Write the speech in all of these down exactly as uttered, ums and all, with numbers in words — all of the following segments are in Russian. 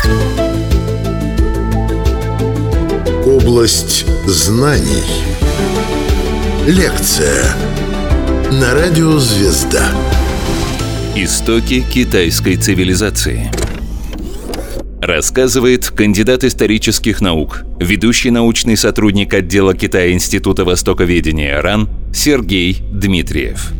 Область знаний. Лекция на радио «Звезда». Истоки китайской цивилизации. Рассказывает кандидат исторических наук, ведущий научный сотрудник отдела Китая Института востоковедения РАН Сергей Дмитриев.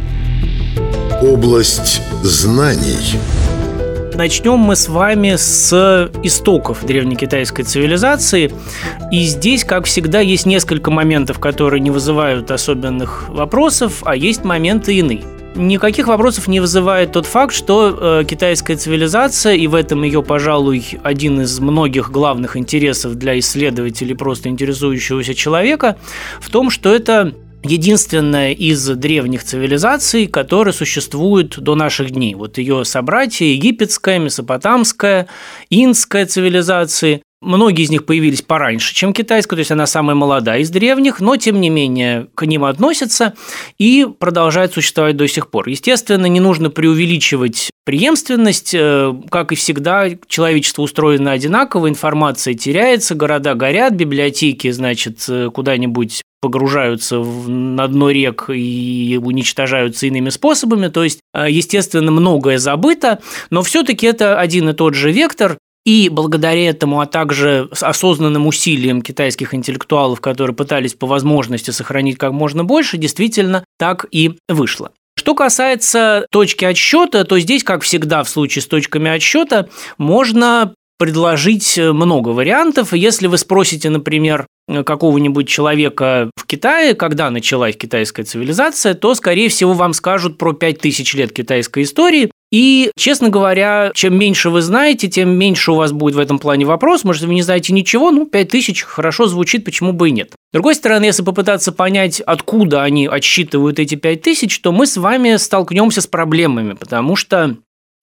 Область знаний. Начнем мы с вами с истоков древнекитайской цивилизации. И здесь, как всегда, есть несколько моментов, которые не вызывают особенных вопросов, а есть моменты иные. Никаких вопросов не вызывает тот факт, что э, китайская цивилизация, и в этом ее, пожалуй, один из многих главных интересов для исследователей, просто интересующегося человека, в том, что это единственная из древних цивилизаций, которая существует до наших дней. Вот ее собратья египетская, месопотамская, инская цивилизации. Многие из них появились пораньше, чем китайская, то есть она самая молодая из древних, но, тем не менее, к ним относятся и продолжают существовать до сих пор. Естественно, не нужно преувеличивать преемственность. Как и всегда, человечество устроено одинаково, информация теряется, города горят, библиотеки, значит, куда-нибудь погружаются на дно рек и уничтожаются иными способами. То есть, естественно, многое забыто, но все-таки это один и тот же вектор. И благодаря этому, а также с осознанным усилием китайских интеллектуалов, которые пытались по возможности сохранить как можно больше, действительно так и вышло. Что касается точки отсчета, то здесь, как всегда в случае с точками отсчета, можно предложить много вариантов. Если вы спросите, например, какого-нибудь человека в Китае, когда началась китайская цивилизация, то, скорее всего, вам скажут про пять тысяч лет китайской истории. И, честно говоря, чем меньше вы знаете, тем меньше у вас будет в этом плане вопрос. Может, вы не знаете ничего, ну, пять тысяч хорошо звучит, почему бы и нет. С другой стороны, если попытаться понять, откуда они отсчитывают эти пять тысяч, то мы с вами столкнемся с проблемами, потому что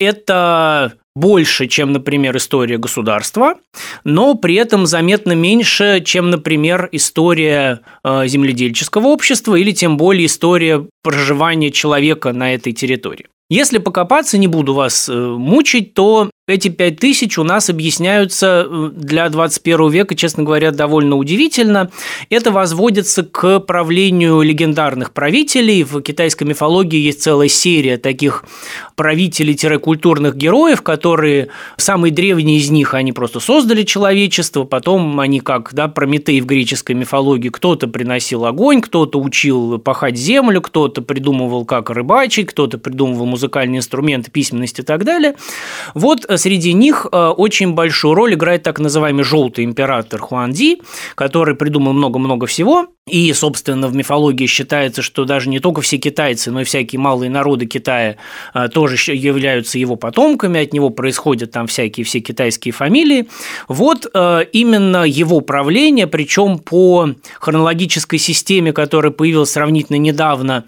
это больше, чем, например, история государства, но при этом заметно меньше, чем, например, история э, земледельческого общества или тем более история проживания человека на этой территории. Если покопаться, не буду вас мучить, то эти пять тысяч у нас объясняются для двадцать первого века, честно говоря, довольно удивительно. Это возводится к правлению легендарных правителей. В китайской мифологии есть целая серия таких правителей-культурных героев, которые, самые древние из них, они просто создали человечество, потом они, как да, Прометей в греческой мифологии, кто-то приносил огонь, кто-то учил пахать землю, кто-то придумывал, как рыбачить, кто-то придумывал музыкальные инструменты, письменность и так далее. Вот среди них очень большую роль играет так называемый «желтый император» Хуанди, который придумал много-много всего. И, собственно, в мифологии считается, что даже не только все китайцы, но и всякие малые народы Китая тоже являются его потомками, от него происходят там всякие все китайские фамилии. Вот именно его правление, причем по хронологической системе, которая появилась сравнительно недавно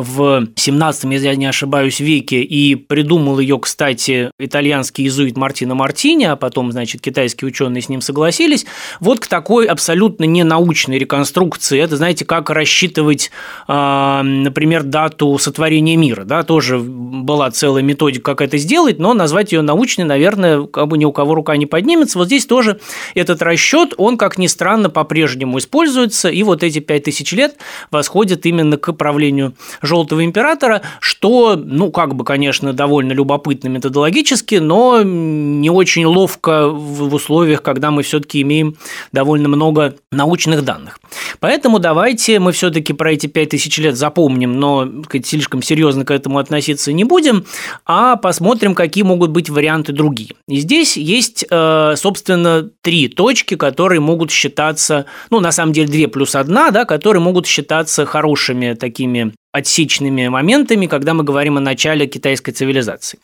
в семнадцатом, если я не ошибаюсь, веке, и придумал ее, кстати, итальянский иезуит Мартино Мартини, а потом, значит, китайские ученые с ним согласились, вот к такой абсолютно ненаучной реконструкции. Это, знаете, как рассчитывать, например, дату сотворения мира. Да? Тоже была целая методика, как это сделать, но назвать ее научной, наверное, как бы ни у кого рука не поднимется. Вот здесь тоже этот расчет, он, как ни странно, по-прежнему используется, и вот эти пять тысяч лет восходят именно к правлению Желтого императора, что, ну, как бы, конечно, довольно любопытно методологически, но не очень ловко в условиях, когда мы все-таки имеем довольно много научных данных. Поэтому давайте мы все-таки про эти пять тысяч лет запомним, но, так сказать, слишком серьезно к этому относиться не будем, а посмотрим, какие могут быть варианты другие. И здесь есть, собственно, три точки, которые могут считаться, ну, на самом деле, две плюс одна, да, которые могут считаться хорошими такими отсечными моментами, когда мы говорим о начале китайской цивилизации.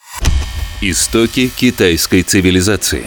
Истоки китайской цивилизации.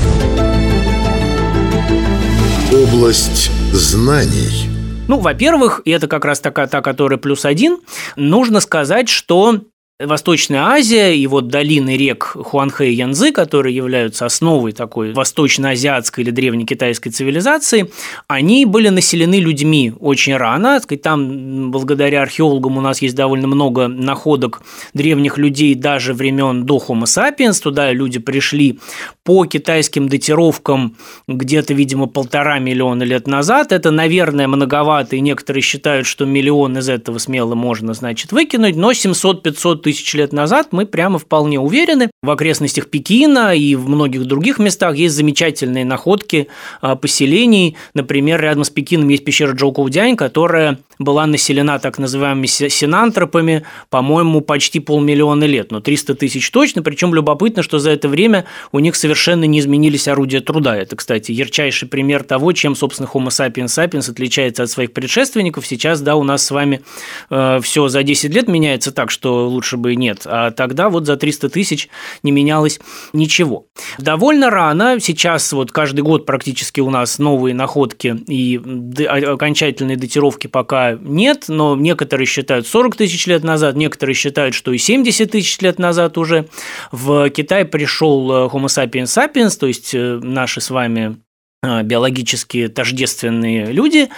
Область знаний. Ну, во-первых, и это как раз такая та, которая плюс один, нужно сказать, что Восточная Азия и вот долины рек Хуанхэ и Янцзы, которые являются основой такой восточно-азиатской или древнекитайской цивилизации, они были населены людьми очень рано. Там, благодаря археологам, у нас есть довольно много находок древних людей даже времен до Homo sapiens. Туда люди пришли по китайским датировкам где-то, видимо, полтора миллиона лет назад. Это, наверное, многовато, и некоторые считают, что миллион из этого смело можно, значит, выкинуть, но семьсот-пятьсот тысяч лет назад мы прямо вполне уверены. В окрестностях Пекина и в многих других местах есть замечательные находки поселений. Например, рядом с Пекином есть пещера Джоукоудянь, которая была населена так называемыми синантропами, по-моему, почти полмиллиона лет, но триста тысяч точно. Причем любопытно, что за это время у них совершенно не изменились орудия труда. Это, кстати, ярчайший пример того, чем, собственно, Homo sapiens sapiens отличается от своих предшественников. Сейчас, да, у нас с вами э, все за десять лет меняется так, что лучше бы нет, а тогда вот за триста тысяч не менялось ничего. Довольно рано, сейчас вот каждый год практически у нас новые находки и окончательной датировки пока нет, но некоторые считают сорок тысяч лет назад, некоторые считают, что и семьдесят тысяч лет назад уже в Китай пришел Homo sapiens sapiens, то есть наши с вами биологически тождественные люди,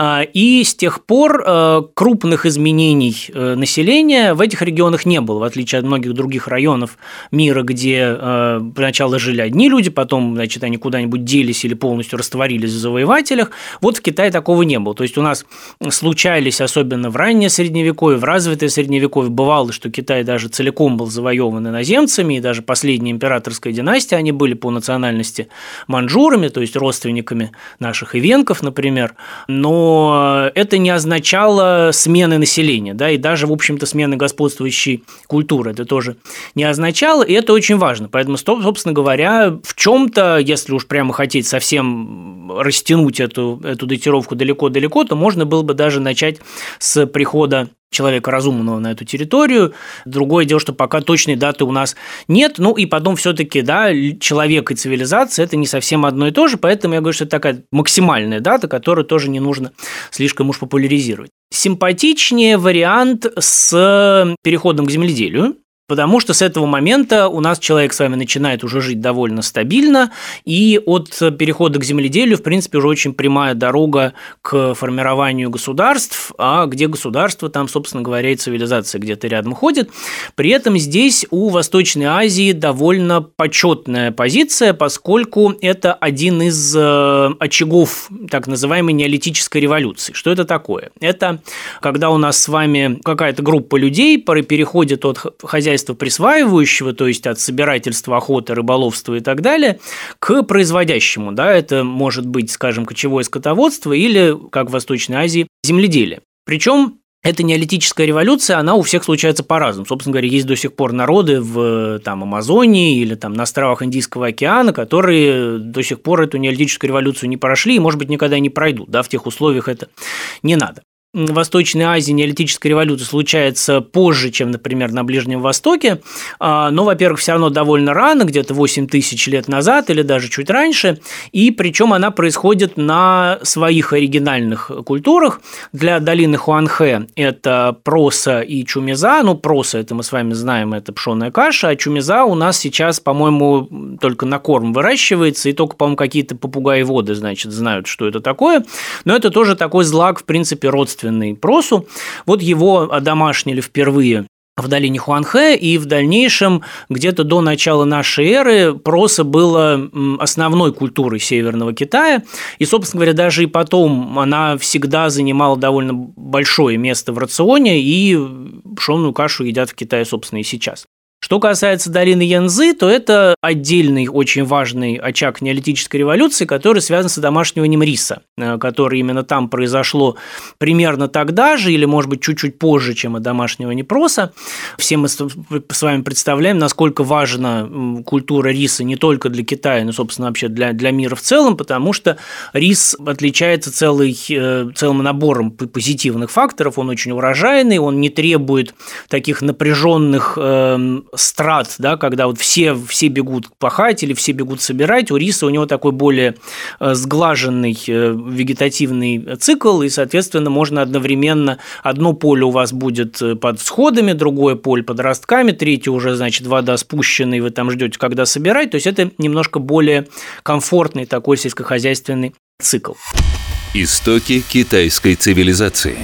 и с тех пор крупных изменений населения в этих регионах не было, в отличие от многих других районов мира, где сначала жили одни люди, потом, значит, они куда-нибудь делись или полностью растворились в завоевателях. Вот в Китае такого не было. То есть у нас случались, особенно в раннее Средневековье, в развитое Средневековье, бывало, что Китай даже целиком был завоеван иноземцами, и даже последняя императорская династия, они были по национальности маньчжурами, то есть родственниками наших ивенков, например, но это не означало смены населения, да, и даже, в общем-то, смены господствующей культуры это тоже не означало, и это очень важно. Поэтому, собственно говоря, в чем-то, если уж прямо хотеть совсем растянуть эту, эту датировку далеко-далеко, то можно было бы даже начать с прихода человека разумного на эту территорию. Другое дело, что пока точной даты у нас нет. Ну и потом все-таки, да, человек и цивилизация – это не совсем одно и то же, поэтому я говорю, что это такая максимальная дата, которую тоже не нужно слишком уж популяризировать. Симпатичнее вариант с переходом к земледелию, потому что с этого момента у нас человек с вами начинает уже жить довольно стабильно, и от перехода к земледелию, в принципе, уже очень прямая дорога к формированию государств, а где государство, там, собственно говоря, и цивилизация где-то рядом ходит. При этом здесь у Восточной Азии довольно почетная позиция, поскольку это один из очагов так называемой неолитической революции. Что это такое? Это когда у нас с вами какая-то группа людей переходит от хозяйства присваивающего, то есть от собирательства, охоты, рыболовства и так далее, к производящему. Да, это может быть, скажем, кочевое скотоводство или, как в Восточной Азии, земледелие. Причем эта неолитическая революция, она у всех случается по-разному. Собственно говоря, есть до сих пор народы в там, Амазонии или там, на островах Индийского океана, которые до сих пор эту неолитическую революцию не прошли и, может быть, никогда не пройдут. Да, в тех условиях это не надо. В Восточной Азии неолитическая революция случается позже, чем, например, на Ближнем Востоке, но, во-первых, все равно довольно рано, где-то восемь тысяч лет назад или даже чуть раньше, и причем она происходит на своих оригинальных культурах. Для долины Хуанхэ это проса и чумеза, ну, проса, это мы с вами знаем, это пшеная каша, а чумеза у нас сейчас, по-моему, только на корм выращивается, и только, по-моему, какие-то попугаи-воды, значит, знают, что это такое, но это тоже такой злак, в принципе, родственный просу. Вот его одомашнили впервые в долине Хуанхэ, и в дальнейшем, где-то до начала нашей эры, проса была основной культурой Северного Китая, и, собственно говоря, даже и потом она всегда занимала довольно большое место в рационе, и пшеную кашу едят в Китае, собственно, и сейчас. Что касается долины Янцзы, то это отдельный очень важный очаг неолитической революции, который связан с одомашниванием риса, которое именно там произошло примерно тогда же или, может быть, чуть-чуть позже, чем одомашнивание проса. Все мы с вами представляем, насколько важна культура риса не только для Китая, но, собственно, вообще для, для мира в целом, потому что рис отличается целый, целым набором позитивных факторов, он очень урожайный, он не требует таких напряженных страт, да, когда вот все, все бегут пахать или все бегут собирать, у риса у него такой более сглаженный вегетативный цикл, и, соответственно, можно одновременно одно поле у вас будет под всходами, другое поле под ростками, третье уже, значит, вода спущена, и вы там ждете, когда собирать. То есть это немножко более комфортный такой сельскохозяйственный цикл. Истоки китайской цивилизации.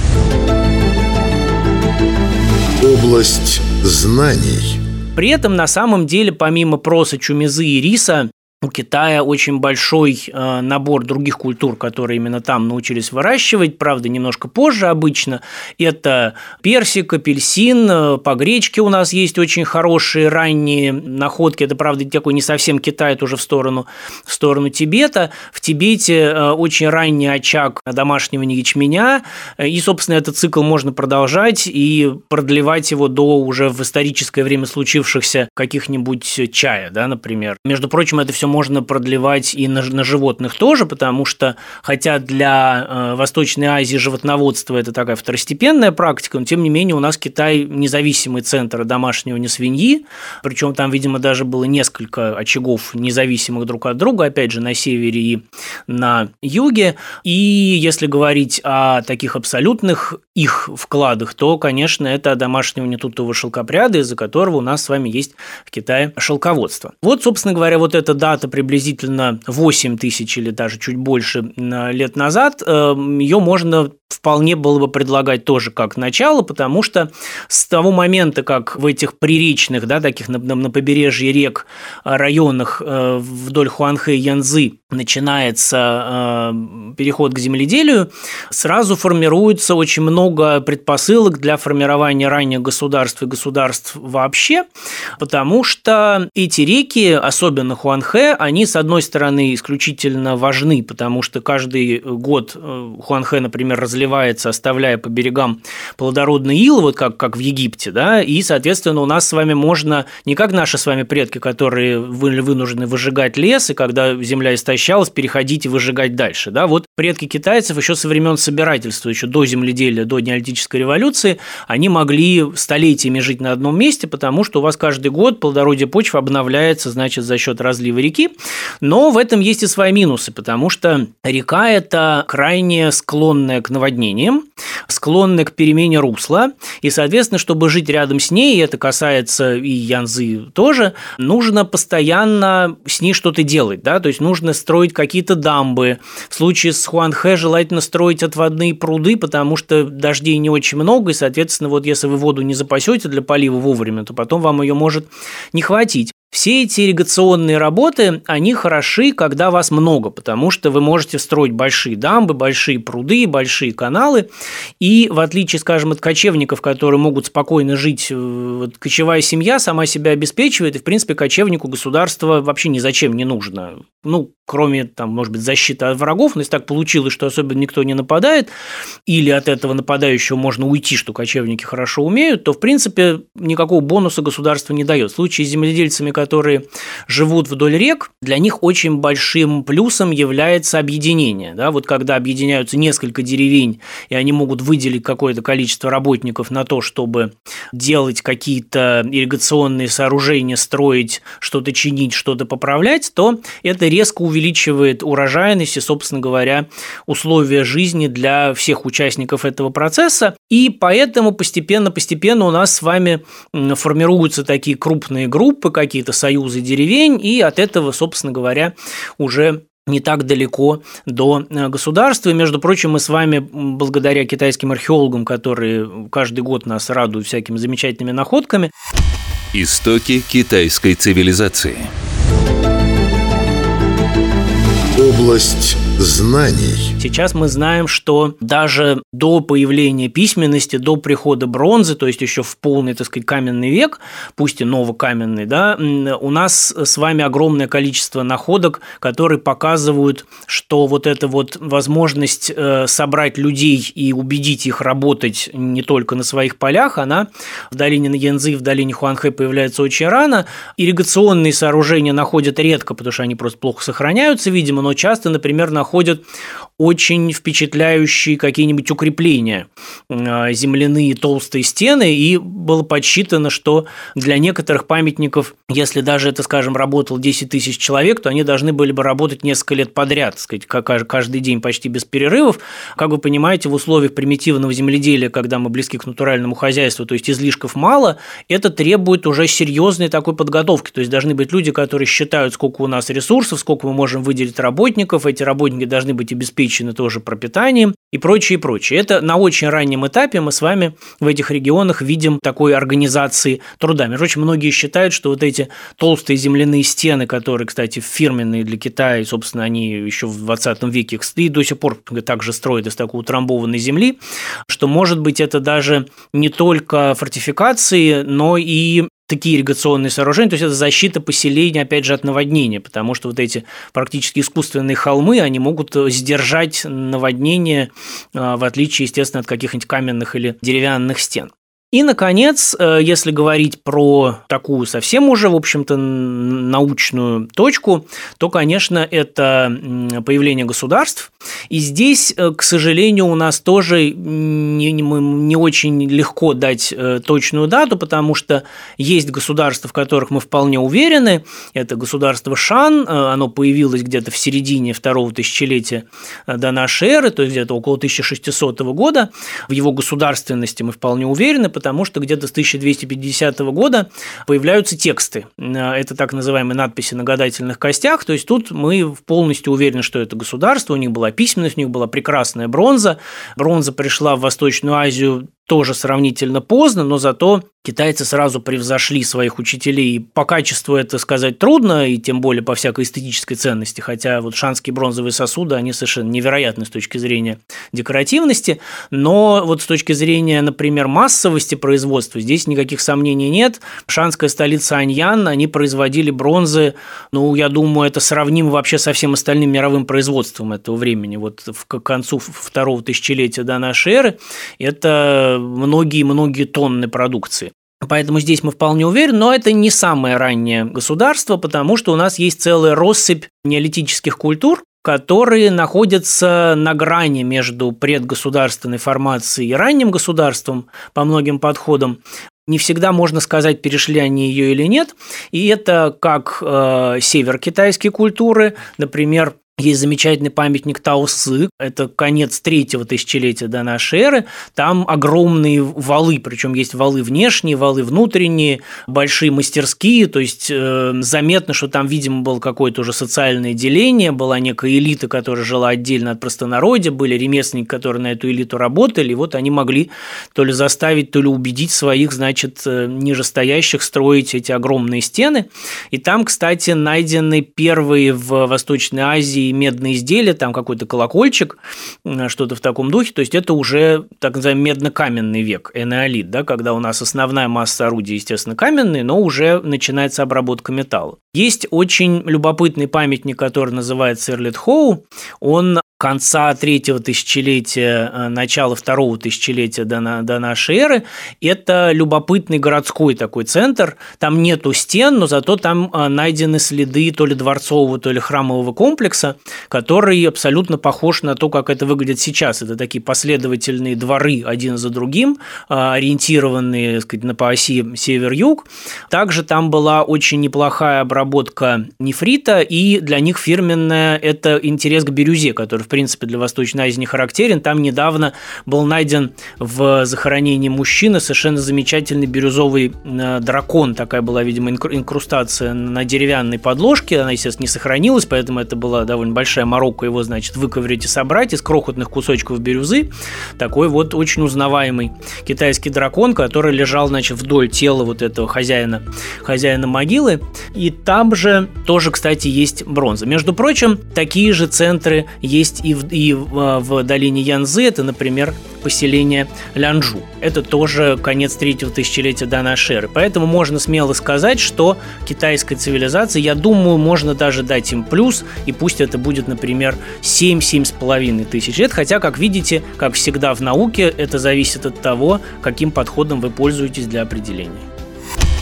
Область знаний. При этом, на самом деле, помимо проса, чумезы и риса, у Китая очень большой э, набор других культур, которые именно там научились выращивать, правда, немножко позже обычно. Это персик, апельсин, по гречке у нас есть очень хорошие ранние находки. Это, правда, такой не совсем Китай, это уже в сторону, в сторону Тибета. В Тибете э, очень ранний очаг домашнего ячменя, и, собственно, этот цикл можно продолжать и продлевать его до уже в историческое время случившихся каких-нибудь чая, да, например. Между прочим, это все можно продлевать и на, на животных тоже, потому что, хотя для э, Восточной Азии животноводство – это такая второстепенная практика, но, тем не менее, у нас Китай независимый центр домашнего несвиньи, причем там, видимо, даже было несколько очагов независимых друг от друга, опять же, на севере и на юге. И если говорить о таких абсолютных их вкладах, то, конечно, это домашнего нетутового шелкопряда, из-за которого у нас с вами есть в Китае шелководство. Вот, собственно говоря, вот эта дата приблизительно восемь тысяч или даже чуть больше лет назад, ее можно вполне было бы предлагать тоже как начало, потому что с того момента, как в этих приречных, да, таких на, на побережье рек районах вдоль Хуанхэ и Янцзы начинается переход к земледелию, сразу формируется очень много предпосылок для формирования ранних государств и государств вообще, потому что эти реки, особенно Хуанхэ, они, с одной стороны, исключительно важны, потому что каждый год Хуанхэ, например, разливается, оставляя по берегам плодородные илы, вот как, как в Египте, да, и, соответственно, у нас с вами можно, не как наши с вами предки, которые были вынуждены выжигать лес, и когда земля истощалась, переходить и выжигать дальше, да, вот предки китайцев еще со времен собирательства, еще до земледелия, до неолитической революции, они могли столетиями жить на одном месте, потому что у вас каждый год плодородие почв обновляется, значит, за счет разлива реки, но в этом есть и свои минусы, потому что река – это крайне склонная к наводнениям, склонная к перемене русла, и, соответственно, чтобы жить рядом с ней, и это касается и Янцзы тоже, нужно постоянно с ней что-то делать, да, то есть нужно строить какие-то дамбы. В случае с Хуанхэ желательно строить отводные пруды, потому что дождей не очень много, и, соответственно, вот если вы воду не запасете для полива вовремя, то потом вам ее может не хватить. Все эти ирригационные работы, они хороши, когда вас много, потому что вы можете строить большие дамбы, большие пруды, большие каналы, и в отличие, скажем, от кочевников, которые могут спокойно жить, вот, кочевая семья сама себя обеспечивает, и, в принципе, кочевнику государство вообще ни зачем не нужно. Ну, кроме, там, может быть, защиты от врагов, но если так получилось, что особенно никто не нападает, или от этого нападающего можно уйти, что кочевники хорошо умеют, то, в принципе, никакого бонуса государство не дает. В случае с земледельцами, которые живут вдоль рек, для них очень большим плюсом является объединение. Да? Вот когда объединяются несколько деревень, и они могут выделить какое-то количество работников на то, чтобы делать какие-то ирригационные сооружения, строить, что-то чинить, что-то поправлять, то это резко увеличивает урожайность и, собственно говоря, условия жизни для всех участников этого процесса. И поэтому постепенно-постепенно у нас с вами формируются такие крупные группы, какие-то союзы деревень, и от этого, собственно говоря, уже не так далеко до государства. И, между прочим, мы с вами, благодаря китайским археологам, которые каждый год нас радуют всякими замечательными находками. Истоки китайской цивилизации. Область знаний. Сейчас мы знаем, что даже до появления письменности, до прихода бронзы, то есть еще в полный, так сказать, каменный век, пусть и новокаменный, да, у нас с вами огромное количество находок, которые показывают, что вот эта вот возможность собрать людей и убедить их работать не только на своих полях, она в долине Янцзы, в долине Хуанхэ появляется очень рано. Ирригационные сооружения находят редко, потому что они просто плохо сохраняются, видимо, но часто часто, например, находят очень впечатляющие какие-нибудь укрепления, земляные толстые стены, и было подсчитано, что для некоторых памятников, если даже это, скажем, работало десять тысяч человек, то они должны были бы работать несколько лет подряд, так сказать, каждый день почти без перерывов. Как вы понимаете, в условиях примитивного земледелия, когда мы близки к натуральному хозяйству, то есть излишков мало, это требует уже серьезной такой подготовки. То есть должны быть люди, которые считают, сколько у нас ресурсов, сколько мы можем выделить работников, эти работники должны быть обеспечены тоже пропитанием и прочее, и прочее. Это на очень раннем этапе мы с вами в этих регионах видим такой организации труда. Между прочим, многие считают, что вот эти толстые земляные стены, которые, кстати, фирменные для Китая, собственно, они еще в двадцатом веке и до сих пор также строят из такой утрамбованной земли, что, может быть, это даже не только фортификации, но и такие ирригационные сооружения, то есть это защита поселения, опять же, от наводнения, потому что вот эти практически искусственные холмы, они могут сдержать наводнение, в отличие, естественно, от каких-нибудь каменных или деревянных стен. И, наконец, если говорить про такую совсем уже, в общем-то, научную точку, то, конечно, это появление государств. И здесь, к сожалению, у нас тоже не, не очень легко дать точную дату, потому что есть государства, в которых мы вполне уверены. Это государство Шан, оно появилось где-то в середине второго тысячелетия до нашей эры, то есть где-то около тысяча шестисотого года. В его государственности мы вполне уверены, потому что где-то с тысяча двести пятидесятого года появляются тексты. Это так называемые надписи на гадательных костях. То есть тут мы полностью уверены, что это государство. У них была письменность, у них была прекрасная бронза. Бронза пришла в Восточную Азию тоже сравнительно поздно, но зато китайцы сразу превзошли своих учителей. По качеству это сказать трудно, и тем более по всякой эстетической ценности, хотя вот шанские бронзовые сосуды, они совершенно невероятны с точки зрения декоративности, но вот с точки зрения, например, массовости производства, здесь никаких сомнений нет. Шанская столица Аньян, они производили бронзы, ну, я думаю, это сравнимо вообще со всем остальным мировым производством этого времени. Вот к концу второго тысячелетия до нашей эры это многие-многие тонны продукции. Поэтому здесь мы вполне уверены, но это не самое раннее государство, потому что у нас есть целая россыпь неолитических культур, которые находятся на грани между предгосударственной формацией и ранним государством по многим подходам. Не всегда можно сказать, перешли они ее или нет. И это как э, северокитайские культуры, например, есть замечательный памятник Таосы, это конец третьего тысячелетия до нашей эры, там огромные валы, причем есть валы внешние, валы внутренние, большие мастерские, то есть э, заметно, что там, видимо, было какое-то уже социальное деление, была некая элита, которая жила отдельно от простонародья, были ремесленники, которые на эту элиту работали, и вот они могли то ли заставить, то ли убедить своих, значит, нижестоящих строить эти огромные стены. И там, кстати, найдены первые в Восточной Азии медные изделия, там какой-то колокольчик, что-то в таком духе, то есть это уже, так называемый, медно-каменный век, энеолит, да, когда у нас основная масса орудий, естественно, каменные, но уже начинается обработка металла. Есть очень любопытный памятник, который называется Эрлетхоу, он конца третьего тысячелетия, начала второго тысячелетия до, до нашей эры. Это любопытный городской такой центр. Там нету стен, но зато там найдены следы то ли дворцового, то ли храмового комплекса, который абсолютно похож на то, как это выглядит сейчас. Это такие последовательные дворы один за другим, ориентированные, так сказать, по оси север-юг. Также там была очень неплохая обработка нефрита, и для них фирменная – это интерес к бирюзе, который в принципе для Восточной Азии не характерен. Там недавно был найден в захоронении мужчины совершенно замечательный бирюзовый дракон. Такая была, видимо, инкрустация на деревянной подложке. Она, естественно, не сохранилась, поэтому это была довольно большая морока его, значит, выковырять и собрать из крохотных кусочков бирюзы. Такой вот очень узнаваемый китайский дракон, который лежал, значит, вдоль тела вот этого хозяина, хозяина могилы. И там же тоже, кстати, есть бронза. Между прочим, такие же центры есть и в, и в, в долине Янцзы, это, например, поселение Лянчжу. Это тоже конец третьего тысячелетия до нашей эры. Поэтому можно смело сказать, что китайская цивилизация, я думаю, можно даже дать им плюс, и пусть это будет, например, семь-семь с половиной тысяч лет, хотя, как видите, как всегда в науке, это зависит от того, каким подходом вы пользуетесь для определения.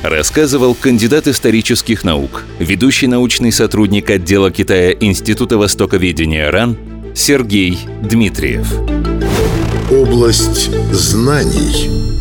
Рассказывал кандидат исторических наук, ведущий научный сотрудник отдела Китая Института Востоковедения РАН Сергей Дмитриев. Область знаний.